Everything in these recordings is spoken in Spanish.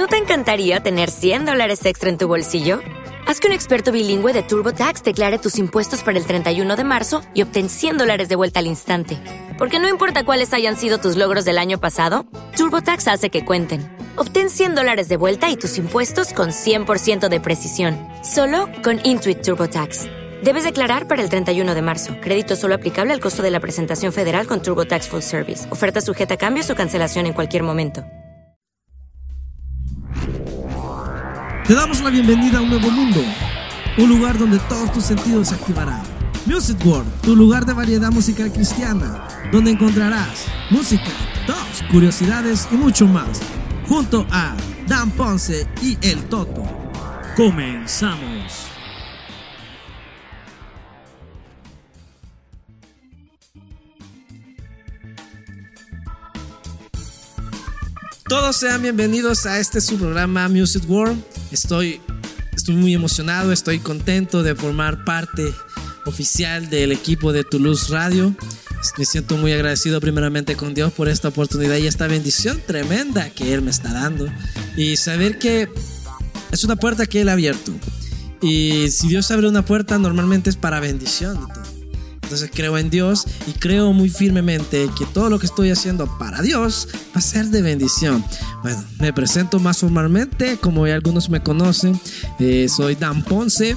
¿No te encantaría tener $100 extra en tu bolsillo? Haz que un experto bilingüe de TurboTax declare tus impuestos para el 31 de marzo y obtén $100 de vuelta al instante. Porque no importa cuáles hayan sido tus logros del año pasado, TurboTax hace que cuenten. Obtén $100 de vuelta y tus impuestos con 100% de precisión. Solo con Intuit TurboTax. Debes declarar para el 31 de marzo. Crédito solo aplicable al costo de la presentación federal con TurboTax Full Service. Oferta sujeta a cambios o cancelación en cualquier momento. Te damos la bienvenida a un nuevo mundo, un lugar donde todos tus sentidos se activarán. Music World, tu lugar de variedad musical cristiana, donde encontrarás música, tops, curiosidades y mucho más, junto a Dan Ponce y El Toto. Comenzamos. Todos sean bienvenidos a este su programa Music World. Estoy muy emocionado, estoy contento de formar parte oficial del equipo de Toulouse Radio. Me siento muy agradecido primeramente con Dios por esta oportunidad y esta bendición tremenda que Él me está dando. Y saber que es una puerta que Él ha abierto. Y si Dios abre una puerta, normalmente es para bendición. Entonces creo en Dios y creo muy firmemente que todo lo que estoy haciendo para Dios va a ser de bendición. Bueno, me presento más formalmente, como ya algunos me conocen, soy Dan Ponce.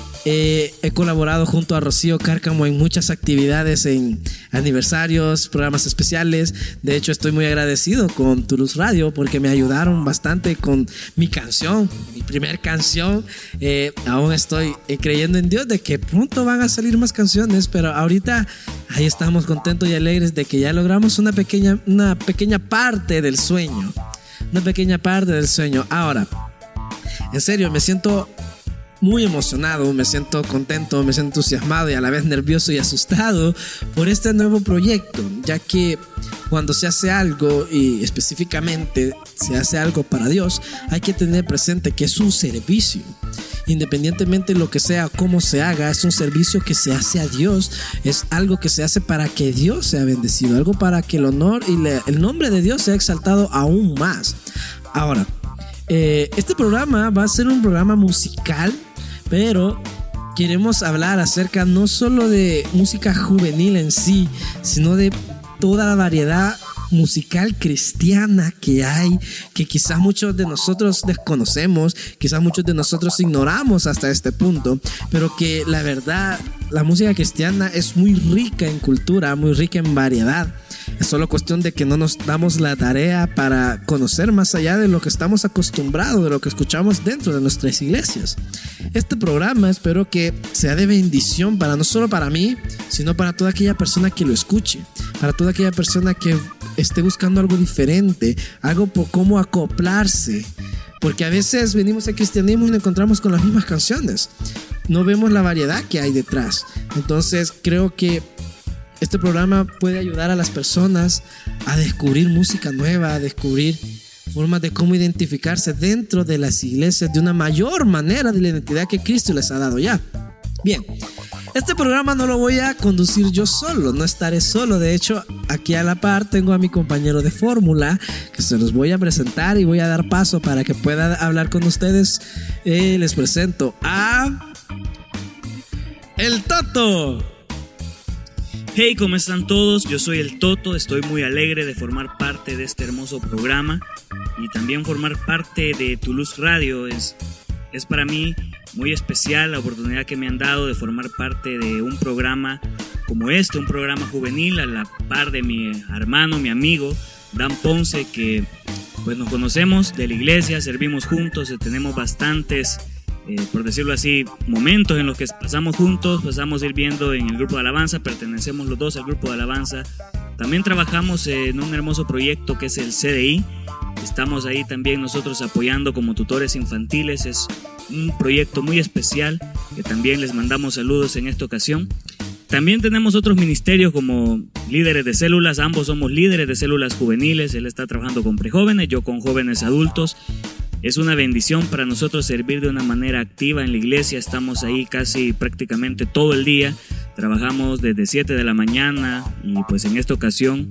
He colaborado junto a Rocío Cárcamo en muchas actividades, en aniversarios, programas especiales. De hecho, estoy muy agradecido con Toulouse Radio porque me ayudaron bastante con mi canción, mi primer canción. Aún estoy creyendo en Dios de que pronto van a salir más canciones, pero ahorita ahí estamos contentos y alegres de que ya logramos una pequeña parte del sueño. Una pequeña parte del sueño. Ahora, en serio, me siento muy emocionado, me siento contento, me siento entusiasmado y a la vez nervioso y asustado por este nuevo proyecto, ya que cuando se hace algo y específicamente se hace algo para Dios, hay que tener presente que es un servicio. Independientemente de lo que sea, cómo se haga, es un servicio que se hace a Dios, es algo que se hace para que Dios sea bendecido, algo para que el honor y el nombre de Dios sea exaltado aún más. Ahora, este programa va a ser un programa musical, pero queremos hablar acerca no solo de música juvenil en sí, sino de toda la variedad musical cristiana que hay, que quizás muchos de nosotros desconocemos, quizás muchos de nosotros ignoramos hasta este punto, pero que la verdad, la música cristiana es muy rica en cultura, muy rica en variedad. Es solo cuestión de que no nos damos la tarea para conocer más allá de lo que estamos acostumbrados, de lo que escuchamos dentro de nuestras iglesias. Este programa espero que sea de bendición no solo para mí, sino para toda aquella persona que lo escuche, para toda aquella persona que esté buscando algo diferente, algo por cómo acoplarse. Porque a veces venimos al cristianismo y nos encontramos con las mismas canciones. No vemos la variedad que hay detrás. Entonces creo que este programa puede ayudar a las personas a descubrir música nueva, a descubrir formas de cómo identificarse dentro de las iglesias de una mayor manera de la identidad que Cristo les ha dado ya. Bien, este programa no lo voy a conducir yo solo, no estaré solo. De hecho, aquí a la par tengo a mi compañero de fórmula que se los voy a presentar y voy a dar paso para que pueda hablar con ustedes. Les presento a El Toto. Hey, ¿cómo están todos? Yo soy El Toto, estoy muy alegre de formar parte de este hermoso programa y también formar parte de Toulouse Radio. Es para mí muy especial la oportunidad que me han dado de formar parte de un programa como este, un programa juvenil a la par de mi hermano, mi amigo Dan Ponce, que pues nos conocemos de la iglesia, servimos juntos, tenemos bastantes por decirlo así, momentos en los que pasamos juntos, pasamos sirviendo en el grupo de alabanza, pertenecemos los dos al grupo de alabanza. También trabajamos en un hermoso proyecto que es el CDI. Estamos ahí también nosotros apoyando como tutores infantiles. Es un proyecto muy especial que también les mandamos saludos en esta ocasión. También tenemos otros ministerios como líderes de células. Ambos somos líderes de células juveniles. Él está trabajando con prejóvenes, yo con jóvenes adultos. Es una bendición para nosotros servir de una manera activa en la iglesia. Estamos ahí casi prácticamente todo el día. Trabajamos desde 7 de la mañana y pues en esta ocasión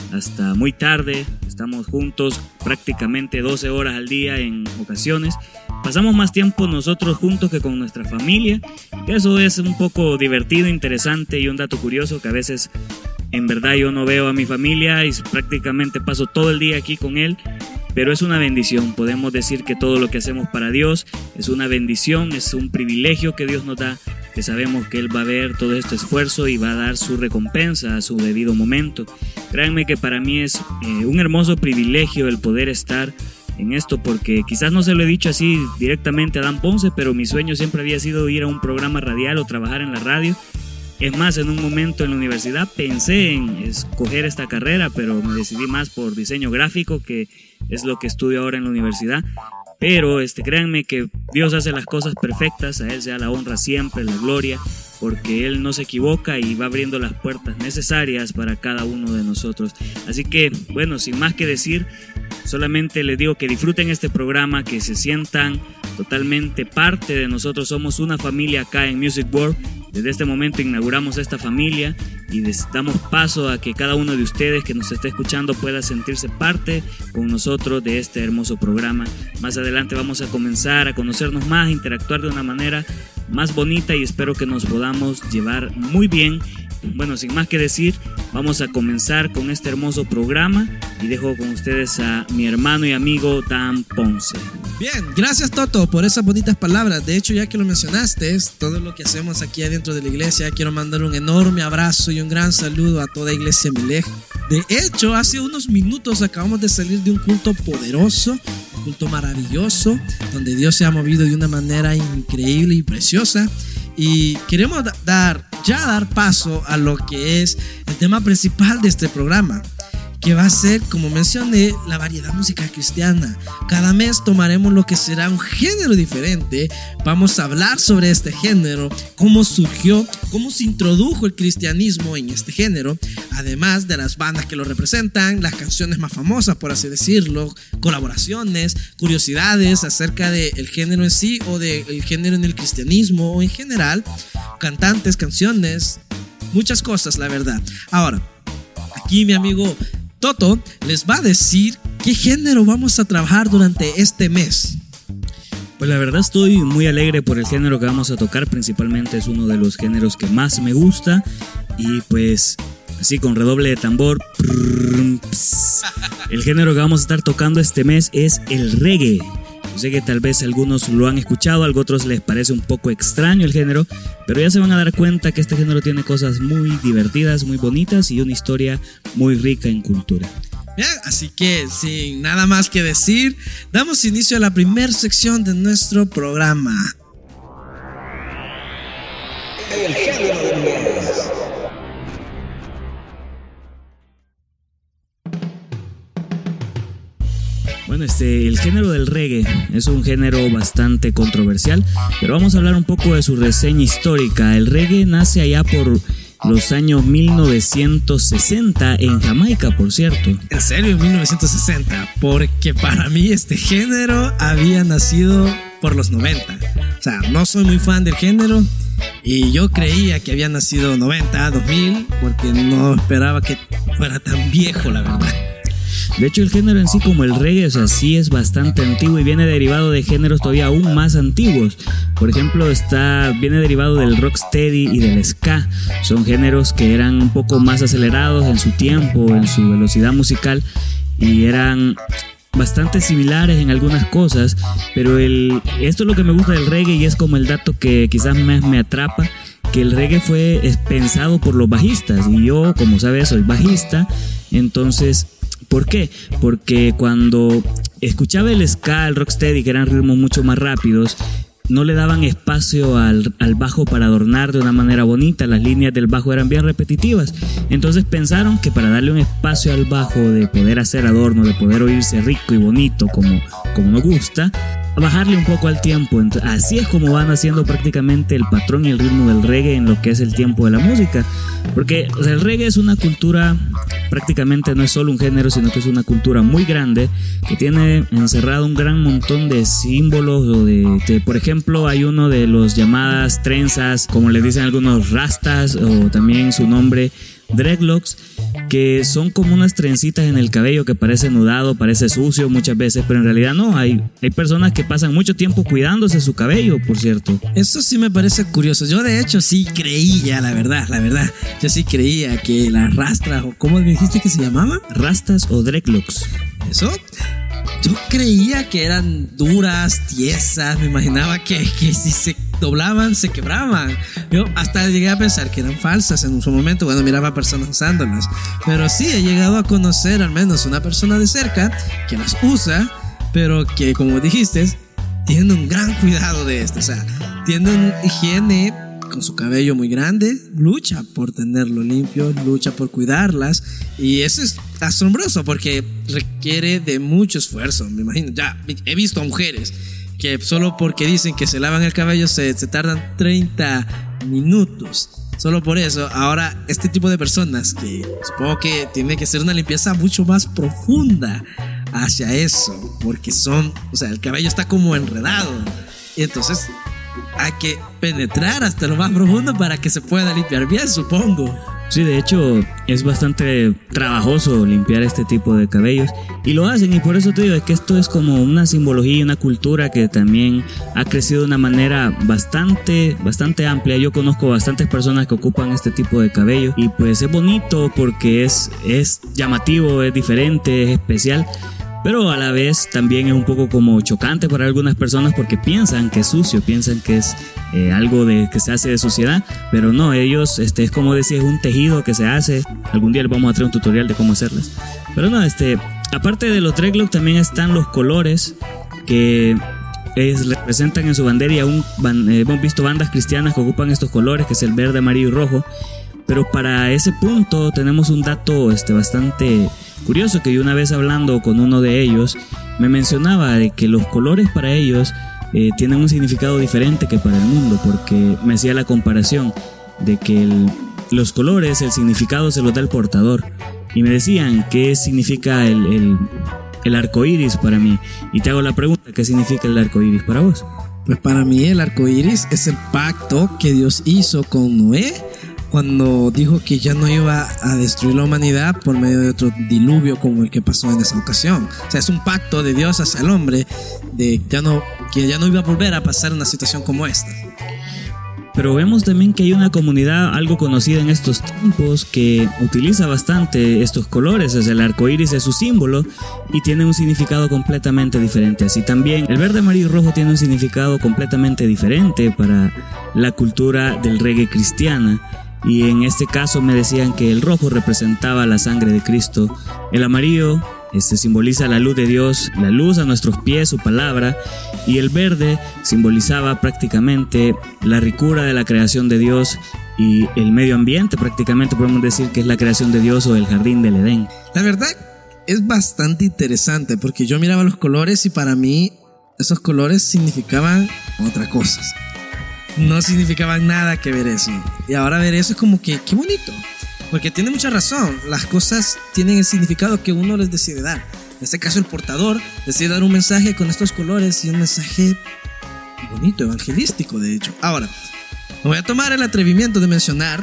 hasta muy tarde. Estamos juntos prácticamente 12 horas al día en ocasiones. Pasamos más tiempo nosotros juntos que con nuestra familia. Eso es un poco divertido, interesante y un dato curioso que a veces en verdad yo no veo a mi familia y prácticamente paso todo el día aquí con él. Pero es una bendición, podemos decir que todo lo que hacemos para Dios es una bendición, es un privilegio que Dios nos da, que sabemos que Él va a ver todo este esfuerzo y va a dar su recompensa a su debido momento. Créanme que para mí es un hermoso privilegio el poder estar en esto, porque quizás no se lo he dicho así directamente a Dan Ponce, pero mi sueño siempre había sido ir a un programa radial o trabajar en la radio. Es más, en un momento en la universidad pensé en escoger esta carrera, pero me decidí más por diseño gráfico, que es lo que estudio ahora en la universidad. Pero créanme que Dios hace las cosas perfectas, a Él sea la honra siempre, la gloria, porque Él no se equivoca y va abriendo las puertas necesarias para cada uno de nosotros. Así que, bueno, sin más que decir, solamente les digo que disfruten este programa, que se sientan totalmente parte de nosotros. Somos una familia acá en Music World. Desde este momento inauguramos esta familia y damos paso a que cada uno de ustedes que nos esté escuchando pueda sentirse parte con nosotros de este hermoso programa. Más adelante vamos a comenzar a conocernos más, a interactuar de una manera más bonita y espero que nos podamos llevar muy bien. Bueno, sin más que decir, vamos a comenzar con este hermoso programa y dejo con ustedes a mi hermano y amigo Dan Ponce. Bien, gracias Toto por esas bonitas palabras. De hecho, ya que lo mencionaste, es todo lo que hacemos aquí adentro de la iglesia. Quiero mandar un enorme abrazo y un gran saludo a toda Iglesia Milej. De hecho, hace unos minutos acabamos de salir de un culto poderoso, un culto maravilloso, donde Dios se ha movido de una manera increíble y preciosa. Y queremos dar paso a lo que es el tema principal de este programa, que va a ser, como mencioné, la variedad musical cristiana. Cada mes tomaremos lo que será un género diferente. Vamos a hablar sobre este género, cómo surgió, cómo se introdujo el cristianismo en este género, además de las bandas que lo representan, las canciones más famosas, por así decirlo, colaboraciones, curiosidades acerca del género en sí o del género en el cristianismo o en general, cantantes, canciones, muchas cosas, la verdad. Ahora, aquí mi amigo Toto les va a decir qué género vamos a trabajar durante este mes. Pues la verdad estoy muy alegre por el género que vamos a tocar, principalmente es uno de los géneros que más me gusta y pues así con redoble de tambor, el género que vamos a estar tocando este mes es el reggae. Yo sé que tal vez algunos lo han escuchado, a otros les parece un poco extraño el género, pero ya se van a dar cuenta que este género tiene cosas muy divertidas, muy bonitas y una historia muy rica en cultura. Bien, así que sin nada más que decir, damos inicio a la primera sección de nuestro programa. El género del mes. Bueno, el género del reggae es un género bastante controversial, pero vamos a hablar un poco de su reseña histórica. El reggae nace allá por los años 1960 en Jamaica, por cierto. ¿En serio? ¿En 1960? Porque para mí este género había nacido por los 90. O sea, no soy muy fan del género y yo creía que había nacido 90, 2000, porque no esperaba que fuera tan viejo, la verdad. De hecho, el género en sí, como el reggae, o sea, sí es bastante antiguo y viene derivado de géneros todavía aún más antiguos. Por ejemplo, viene derivado del rocksteady y del ska. Son géneros que eran un poco más acelerados en su tiempo, en su velocidad musical y eran bastante similares en algunas cosas, pero esto es lo que me gusta del reggae y es como el dato que quizás más me atrapa, que el reggae fue pensado por los bajistas y yo, como sabes, soy bajista, entonces... ¿Por qué? Porque cuando escuchaba el ska, el rocksteady, que eran ritmos mucho más rápidos, no le daban espacio al bajo para adornar de una manera bonita. Las líneas del bajo eran bien repetitivas. Entonces pensaron que para darle un espacio al bajo de poder hacer adorno, de poder oírse rico y bonito como nos gusta, bajarle un poco al tiempo. Así es como van haciendo prácticamente el patrón y el ritmo del reggae en lo que es el tiempo de la música. Porque o sea, el reggae es una cultura, prácticamente no es solo un género, sino que es una cultura muy grande que tiene encerrado un gran montón de símbolos o por ejemplo, hay uno de los llamadas trenzas, como le dicen algunos rastas, o también su nombre dreadlocks, que son como unas trencitas en el cabello que parece nudado, parece sucio muchas veces, pero en realidad no. Hay personas que pasan mucho tiempo cuidándose su cabello, por cierto. Eso sí me parece curioso. Yo de hecho sí creía, la verdad, yo sí creía que las rastras, o ¿cómo me dijiste que se llamaban? Rastas o dreadlocks. Eso, yo creía que eran duras, tiesas, me imaginaba que si se doblaban, se quebraban. Yo hasta llegué a pensar que eran falsas en su momento cuando miraba a personas usándolas. Pero sí, he llegado a conocer al menos una persona de cerca que las usa, pero que, como dijiste, tiene un gran cuidado de esto. O sea, tiene una higiene con su cabello muy grande, lucha por tenerlo limpio, lucha por cuidarlas, y eso es asombroso porque requiere de mucho esfuerzo. Me imagino, ya he visto a mujeres que solo porque dicen que se lavan el cabello se tardan 30 minutos. Solo por eso, ahora este tipo de personas que supongo que tiene que ser una limpieza mucho más profunda hacia eso, porque el cabello está como enredado, y entonces hay que penetrar hasta lo más profundo para que se pueda limpiar bien, supongo. Sí, de hecho es bastante trabajoso limpiar este tipo de cabellos, y lo hacen, y por eso te digo, es que esto es como una simbología y una cultura que también ha crecido de una manera bastante amplia. Yo conozco bastantes personas que ocupan este tipo de cabello, y pues es bonito porque es llamativo, es diferente, es especial, pero a la vez también es un poco como chocante para algunas personas porque piensan que es sucio, piensan que es algo que se hace de suciedad, pero no, ellos, es como decía, es un tejido que se hace. Algún día les vamos a traer un tutorial de cómo hacerlas. Pero no, aparte de los dreadlocks también están los colores que representan en su bandera, y hemos visto bandas cristianas que ocupan estos colores, que es el verde, amarillo y rojo. Pero para ese punto tenemos un dato bastante curioso, que yo una vez hablando con uno de ellos me mencionaba de que los colores para ellos tienen un significado diferente que para el mundo, porque me hacía la comparación de que los colores, el significado se los da el portador, y me decían qué significa el arco iris para mí, y te hago la pregunta, ¿qué significa el arco iris para vos? Pues para mí el arco iris es el pacto que Dios hizo con Noé cuando dijo que ya no iba a destruir la humanidad por medio de otro diluvio como el que pasó en esa ocasión. O sea, es un pacto de Dios hacia el hombre de que ya no iba a volver a pasar una situación como esta. Pero vemos también que hay una comunidad algo conocida en estos tiempos que utiliza bastante estos colores. O sea, el arco iris es su símbolo y tiene un significado completamente diferente. Así también el verde, amarillo y rojo tiene un significado completamente diferente para la cultura del reggae cristiana. Y en este caso me decían que el rojo representaba la sangre de Cristo, el amarillo simboliza la luz de Dios, la luz a nuestros pies, su palabra, y el verde simbolizaba prácticamente la ricura de la creación de Dios y el medio ambiente. Prácticamente podemos decir que es la creación de Dios o el jardín del Edén. La verdad es bastante interesante porque yo miraba los colores y para mí esos colores significaban otra cosa. No significaban nada que ver eso. Y ahora ver eso es como que qué bonito, porque tiene mucha razón. Las cosas tienen el significado que uno les decide dar. En este caso el portador decide dar un mensaje con estos colores, y un mensaje bonito, evangelístico de hecho. Ahora, me voy a tomar el atrevimiento de mencionar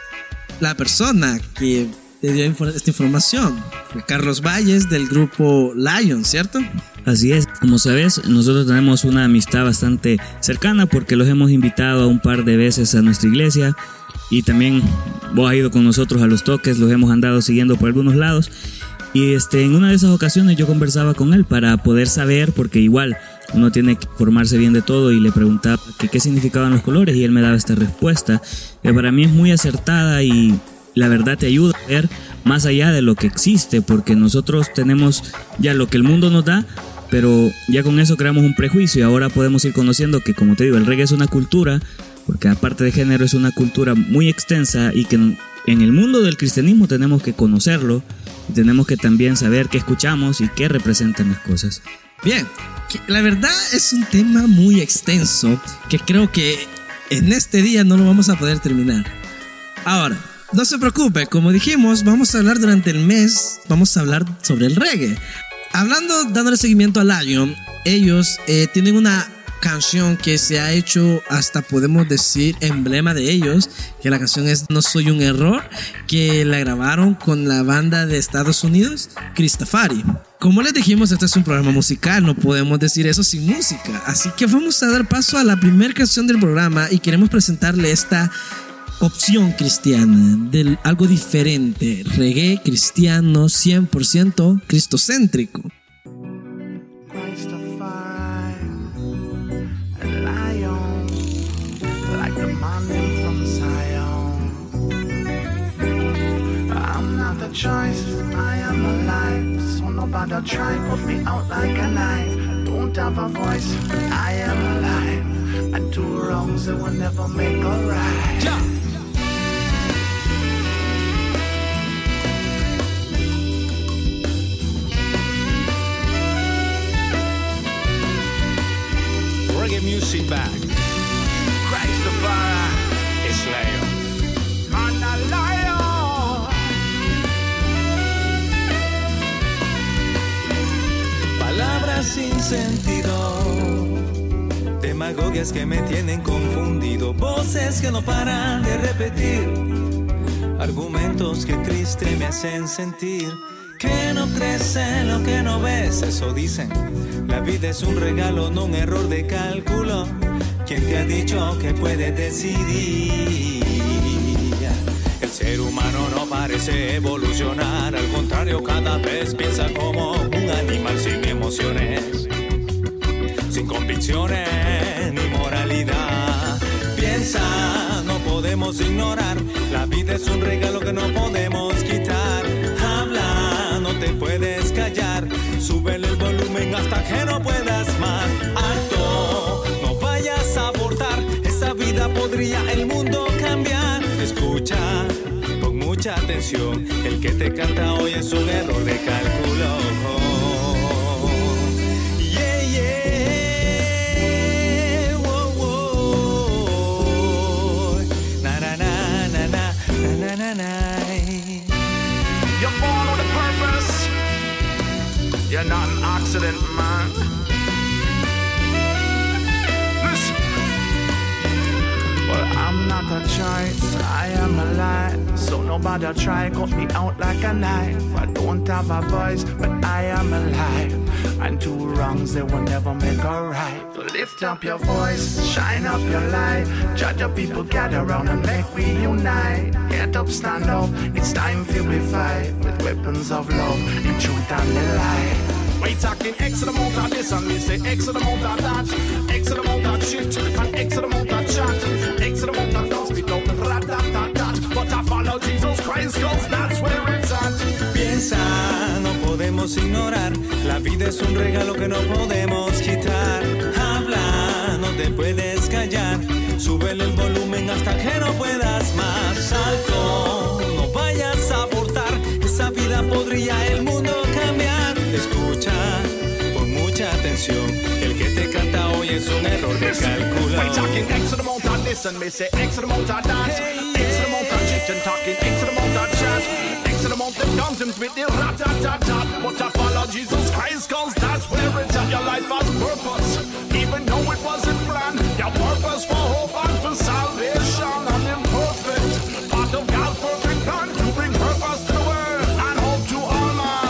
la persona que te dio esta información. Fue Carlos Valles del grupo Lion, ¿cierto? Así es, como sabes, nosotros tenemos una amistad bastante cercana porque los hemos invitado un par de veces a nuestra iglesia, y también vos has ido con nosotros a los toques, los hemos andado siguiendo por algunos lados, y en una de esas ocasiones yo conversaba con él para poder saber, porque igual uno tiene que formarse bien de todo, y le preguntaba qué significaban los colores, y él me daba esta respuesta que para mí es muy acertada y la verdad te ayuda a ver más allá de lo que existe, porque nosotros tenemos ya lo que el mundo nos da, pero ya con eso creamos un prejuicio, y ahora podemos ir conociendo que, como te digo, el reggae es una cultura, porque aparte de género es una cultura muy extensa, y que en el mundo del cristianismo tenemos que conocerlo, y tenemos que también saber qué escuchamos y qué representan las cosas. Bien, la verdad es un tema muy extenso que creo que en este día no lo vamos a poder terminar. Ahora, no se preocupe, como dijimos, vamos a hablar durante el mes, vamos a hablar sobre el reggae. Dándole seguimiento a Lion, ellos tienen una canción que se ha hecho hasta podemos decir emblema de ellos, que la canción es No Soy un Error, que la grabaron con la banda de Estados Unidos, Christafari. Como les dijimos, este es un programa musical, no podemos decir eso sin música, así que vamos a dar paso a la primera canción del programa y queremos presentarle esta opción cristiana, de algo diferente, reggae cristiano 100% cristocéntrico. Choice, I am alive, so nobody try cut me out like a knife. I don't have a voice, I am alive, and two wrongs they will never make a right. Yeah. Reggae music back. Christ the fire, It's Lion. man a lion. Palabras sin sentido, demagogias que me tienen confundido, voces que no paran de repetir, argumentos que triste me hacen sentir, que no crees en lo que no ves, eso dicen. La vida es un regalo, no un error de cálculo. ¿Quién te ha dicho que puedes decidir? El ser humano no parece evolucionar, al contrario cada vez piensa como un animal sin emociones, sin convicciones ni moralidad. Piensa, no podemos ignorar, la vida es un regalo que no podemos quitar. Habla, no te puedes callar, súbele el volumen hasta que no puedas más. Alto, no vayas a abortar, esa vida podría el mundo cambiar. Escucha con mucha atención, el que te canta hoy es un error de cálculo. Yeah, yeah, wow, wow. Na na na na na na na na. You're born with a purpose. You're not an accident, man. Listen. Well, I'm not a choice, I am alive. So nobody try cut me out like a knife. I don't have a voice, but I am alive. And two wrongs, they will never make a right. So lift up your voice, shine up your light. Judge your people, gather around and make we unite. Get up, stand up, it's time for we fight. With weapons of love, in truth and the light. We talking X to the amount of this and we say X to the amount of that, X to the amount of shit and X to the amount of chat, X to the amount of don't speak out rat-tat-tat-tat. But I follow Jesus Christ cause that's where it's at. Piensa, no podemos ignorar, la vida es un regalo que no podemos quitar. Habla, no te puedes callar, súbele el volumen hasta que no puedas más. Alto, no vayas a abortar, esa vida podría el mundo cambiar. Escucha con mucha atención, el que te canta hoy es un error de cálculo. We talking X to the amount of this and we say X to the amount of that, X to the amount of shit and talking X to the amount of chat, X to the amount of nonsense with the rat-tat-tat-tat. But I follow Jesus Christ cause that's where it's at. Your life has purpose, even though it wasn't planned. Your purpose for hope and for salvation and imperfect. Part of God's perfect plan to bring purpose to the world and hope to all man.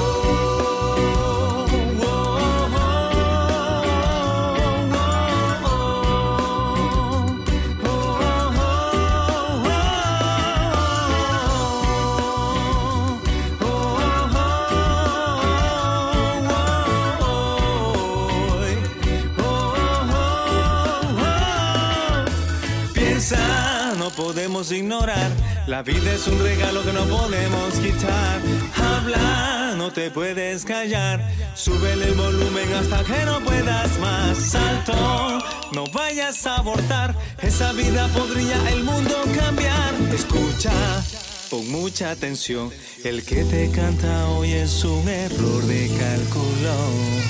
No podemos ignorar, la vida es un regalo que no podemos quitar. Habla, no te puedes callar, súbele el volumen hasta que no puedas más. Alto, no vayas a abortar, esa vida podría el mundo cambiar. Escucha con mucha atención, el que te canta hoy es un error de cálculo.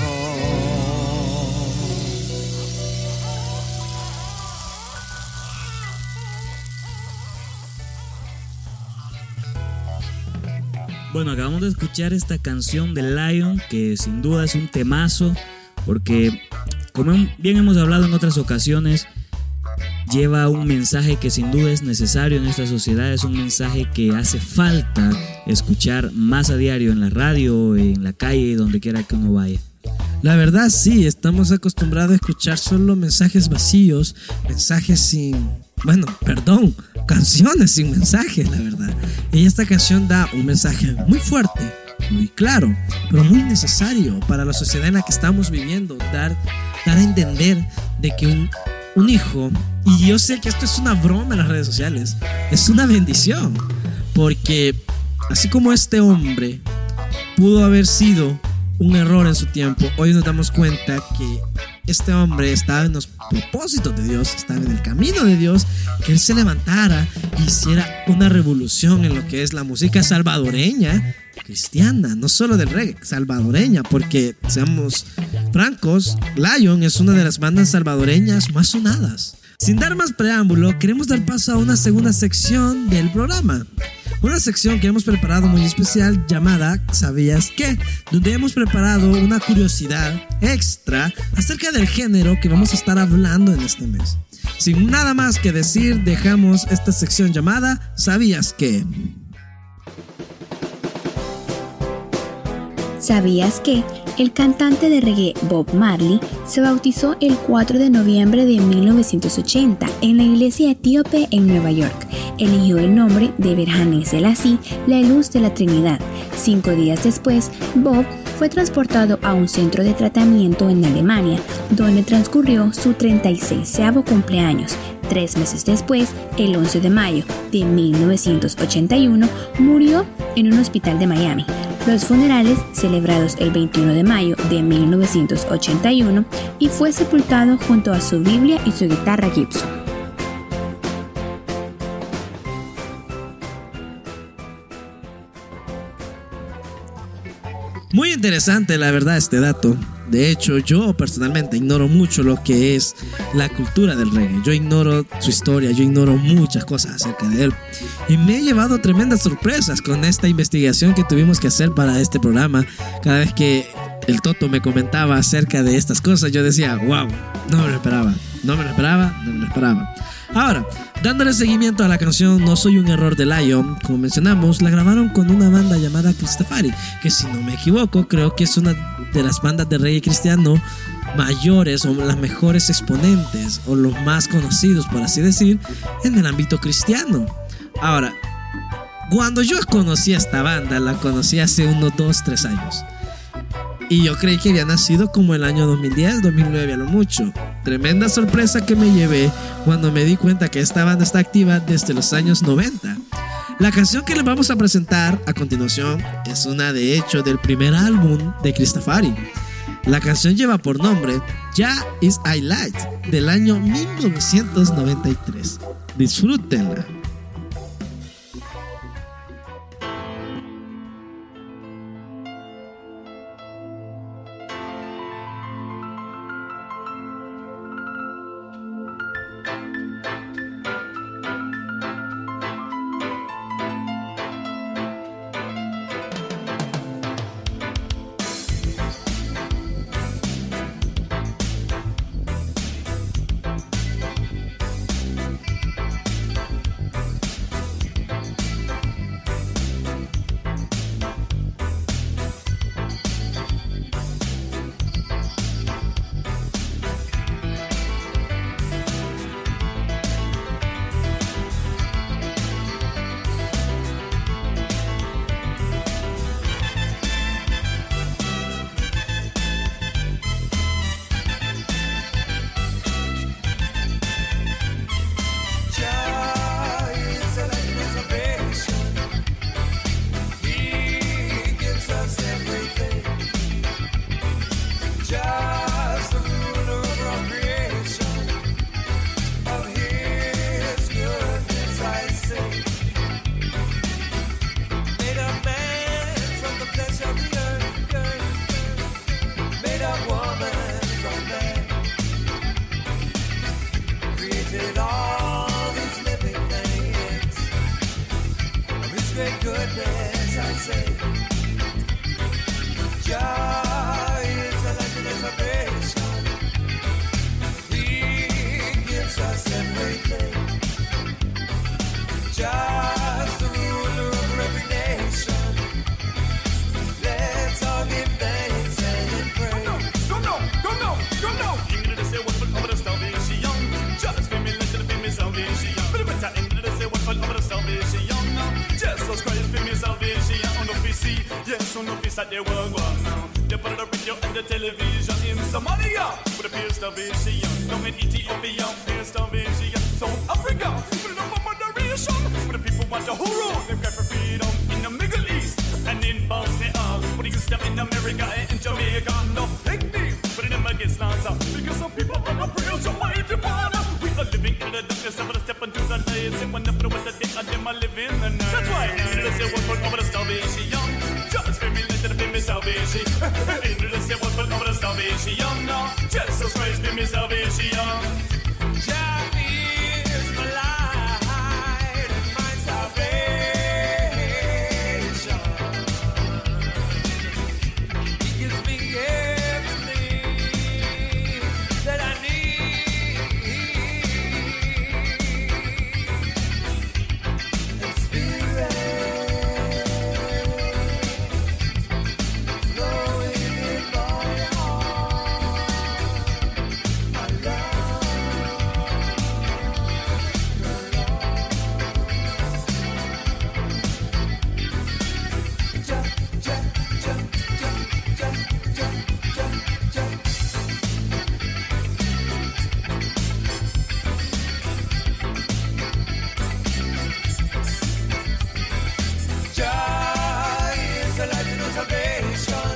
Bueno, acabamos de escuchar esta canción de Lion, que sin duda es un temazo, porque como bien hemos hablado en otras ocasiones, lleva un mensaje que sin duda es necesario en esta sociedad, es un mensaje que hace falta escuchar más a diario en la radio, en la calle, donde quiera que uno vaya. La verdad sí, estamos acostumbrados a escuchar solo mensajes vacíos, mensajes canciones sin mensajes, la verdad. Y esta canción da un mensaje muy fuerte, muy claro, pero muy necesario para la sociedad en la que estamos viviendo, dar a entender de que un hijo, y yo sé que esto es una broma en las redes sociales, es una bendición, porque así como este hombre pudo haber sido un error en su tiempo, hoy nos damos cuenta que este hombre estaba en los propósitos de Dios, estaba en el camino de Dios, que él se levantara y hiciera una revolución en lo que es la música salvadoreña, cristiana, no solo del reggae, salvadoreña, porque seamos francos, Lion es una de las bandas salvadoreñas más sonadas. Sin dar más preámbulo, queremos dar paso a una segunda sección del programa. Una sección que hemos preparado muy especial llamada ¿Sabías qué? Donde hemos preparado una curiosidad extra acerca del género que vamos a estar hablando en este mes. Sin nada más que decir, dejamos esta sección llamada ¿Sabías qué? ¿Sabías que el cantante de reggae Bob Marley se bautizó el 4 de noviembre de 1980 en la iglesia etíope en Nueva York? Eligió el nombre de Berhane Selassie, la luz de la Trinidad. 5 días después, Bob fue transportado a un centro de tratamiento en Alemania, donde transcurrió su 36º cumpleaños. 3 meses después, el 11 de mayo de 1981, murió en un hospital de Miami. Los funerales celebrados el 21 de mayo de 1981 y fue sepultado junto a su Biblia y su guitarra Gibson. Muy interesante, la verdad, este dato. De hecho, yo personalmente ignoro mucho lo que es la cultura del reggae. Yo ignoro su historia, yo ignoro muchas cosas acerca de él. Y me he llevado tremendas sorpresas con esta investigación que tuvimos que hacer para este programa. Cada vez que el Toto me comentaba acerca de estas cosas, yo decía, wow, no me lo esperaba. Ahora, dándole seguimiento a la canción No Soy un Error de Lion, como mencionamos, la grabaron con una banda llamada Christafari, que si no me equivoco, creo que es una de las bandas de reggae cristiano mayores o las mejores exponentes o los más conocidos, por así decir, en el ámbito cristiano. Ahora, cuando yo conocí a esta banda, la conocí hace unos 2-3 años. Y yo creí que había nacido como el año 2010, 2009 a lo mucho. Tremenda sorpresa que me llevé cuando me di cuenta que esta banda está activa desde los años 90. La canción que les vamos a presentar a continuación es una de hecho del primer álbum de Christafari. La canción lleva por nombre Ya Is I Light del año 1993. Disfrútenla. inside the world one now. They put it on the radio and the television in Somalia. With a peer starvation, down in Ethiopia, peer starvation. South Africa, put it on for moderation. Where the people want the whole road, they cry for freedom in the Middle East and in Bosnia. What do you step in America and in Jamaica? No picnic, but it never gets answer. Because some people are not real, so mighty partner. We are living in the darkness, I'm gonna step into the light. And when I'm through with the day, I them are living the night. That's right, into the say one for over the starvation. Just for me, let it be me salvation. Into the say one for over the starvation. No, Jesus Christ, be me salvation. Jah is my light and my salvation. He gives me everything that I need. And Spirit flowing in my heart. My love. Jah is the light and the salvation.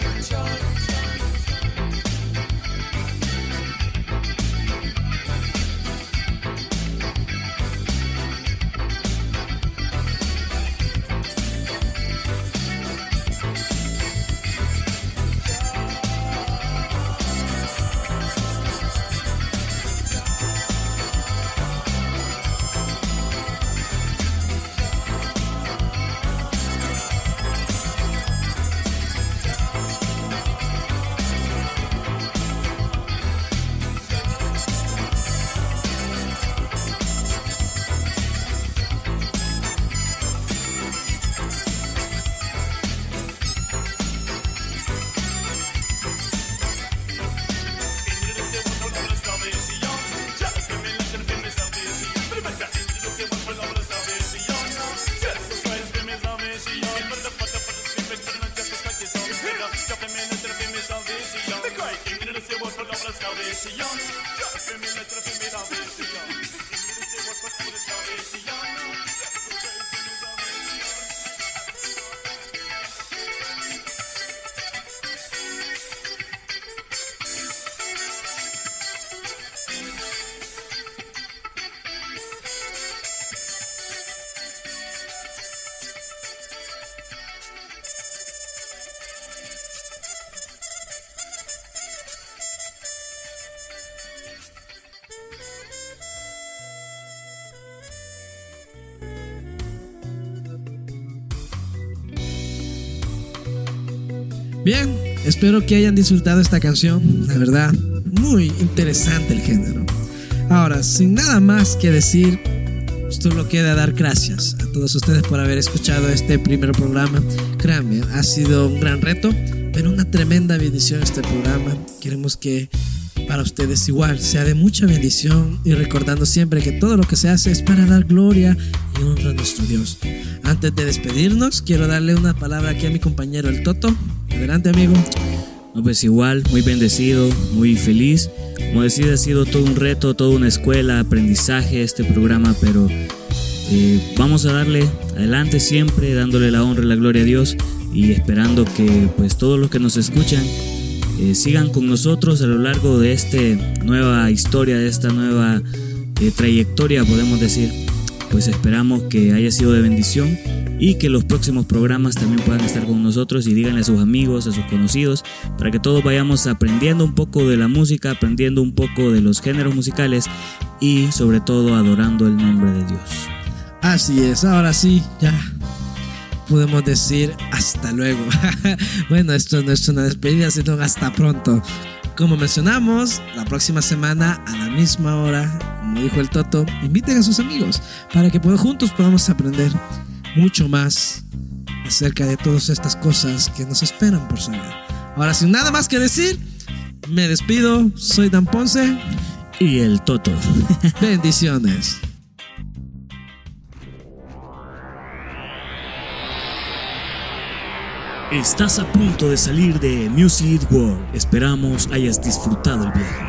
Bien, espero que hayan disfrutado esta canción. La verdad, muy interesante el género. Ahora, sin nada más que decir, solo queda dar gracias a todos ustedes por haber escuchado este primer programa. Créanme, ha sido un gran reto, pero una tremenda bendición este programa. Queremos que para ustedes igual sea de mucha bendición, y recordando siempre que todo lo que se hace es para dar gloria y honra a nuestro Dios. Antes de despedirnos, quiero darle una palabra aquí a mi compañero el Toto. Adelante, amigo. No, pues igual, muy bendecido, muy feliz. Como decía, ha sido todo un reto, toda una escuela, aprendizaje este programa, pero vamos a darle adelante siempre, dándole la honra y la gloria a Dios, y esperando que pues todos los que nos escuchan sigan con nosotros a lo largo de esta nueva historia, de esta nueva trayectoria, podemos decir. Pues esperamos que haya sido de bendición y que los próximos programas también puedan estar con nosotros, y díganle a sus amigos, a sus conocidos, para que todos vayamos aprendiendo un poco de la música, aprendiendo un poco de los géneros musicales y sobre todo adorando el nombre de Dios. Así es, ahora sí, ya podemos decir hasta luego. Bueno, esto no es una despedida, sino hasta pronto. Como mencionamos, la próxima semana a la misma hora, como dijo el Toto, inviten a sus amigos para que juntos podamos aprender mucho más acerca de todas estas cosas que nos esperan por saber. Ahora, sin nada más que decir, me despido. Soy Dan Ponce y el Toto. Bendiciones. Estás a punto de salir de Music World. Esperamos hayas disfrutado el viaje.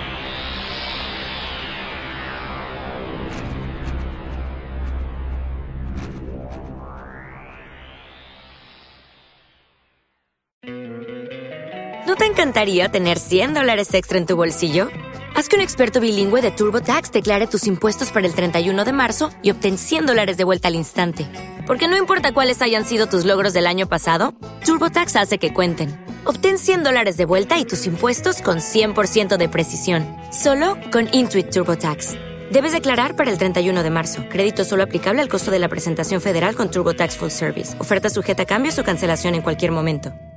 ¿No te encantaría tener $100 extra en tu bolsillo? Haz que un experto bilingüe de TurboTax declare tus impuestos para el 31 de marzo y obtén $100 de vuelta al instante. Porque no importa cuáles hayan sido tus logros del año pasado, TurboTax hace que cuenten. Obtén $100 de vuelta y tus impuestos con 100% de precisión. Solo con Intuit TurboTax. Debes declarar para el 31 de marzo. Crédito solo aplicable al costo de la presentación federal con TurboTax Full Service. Oferta sujeta a cambios o cancelación en cualquier momento.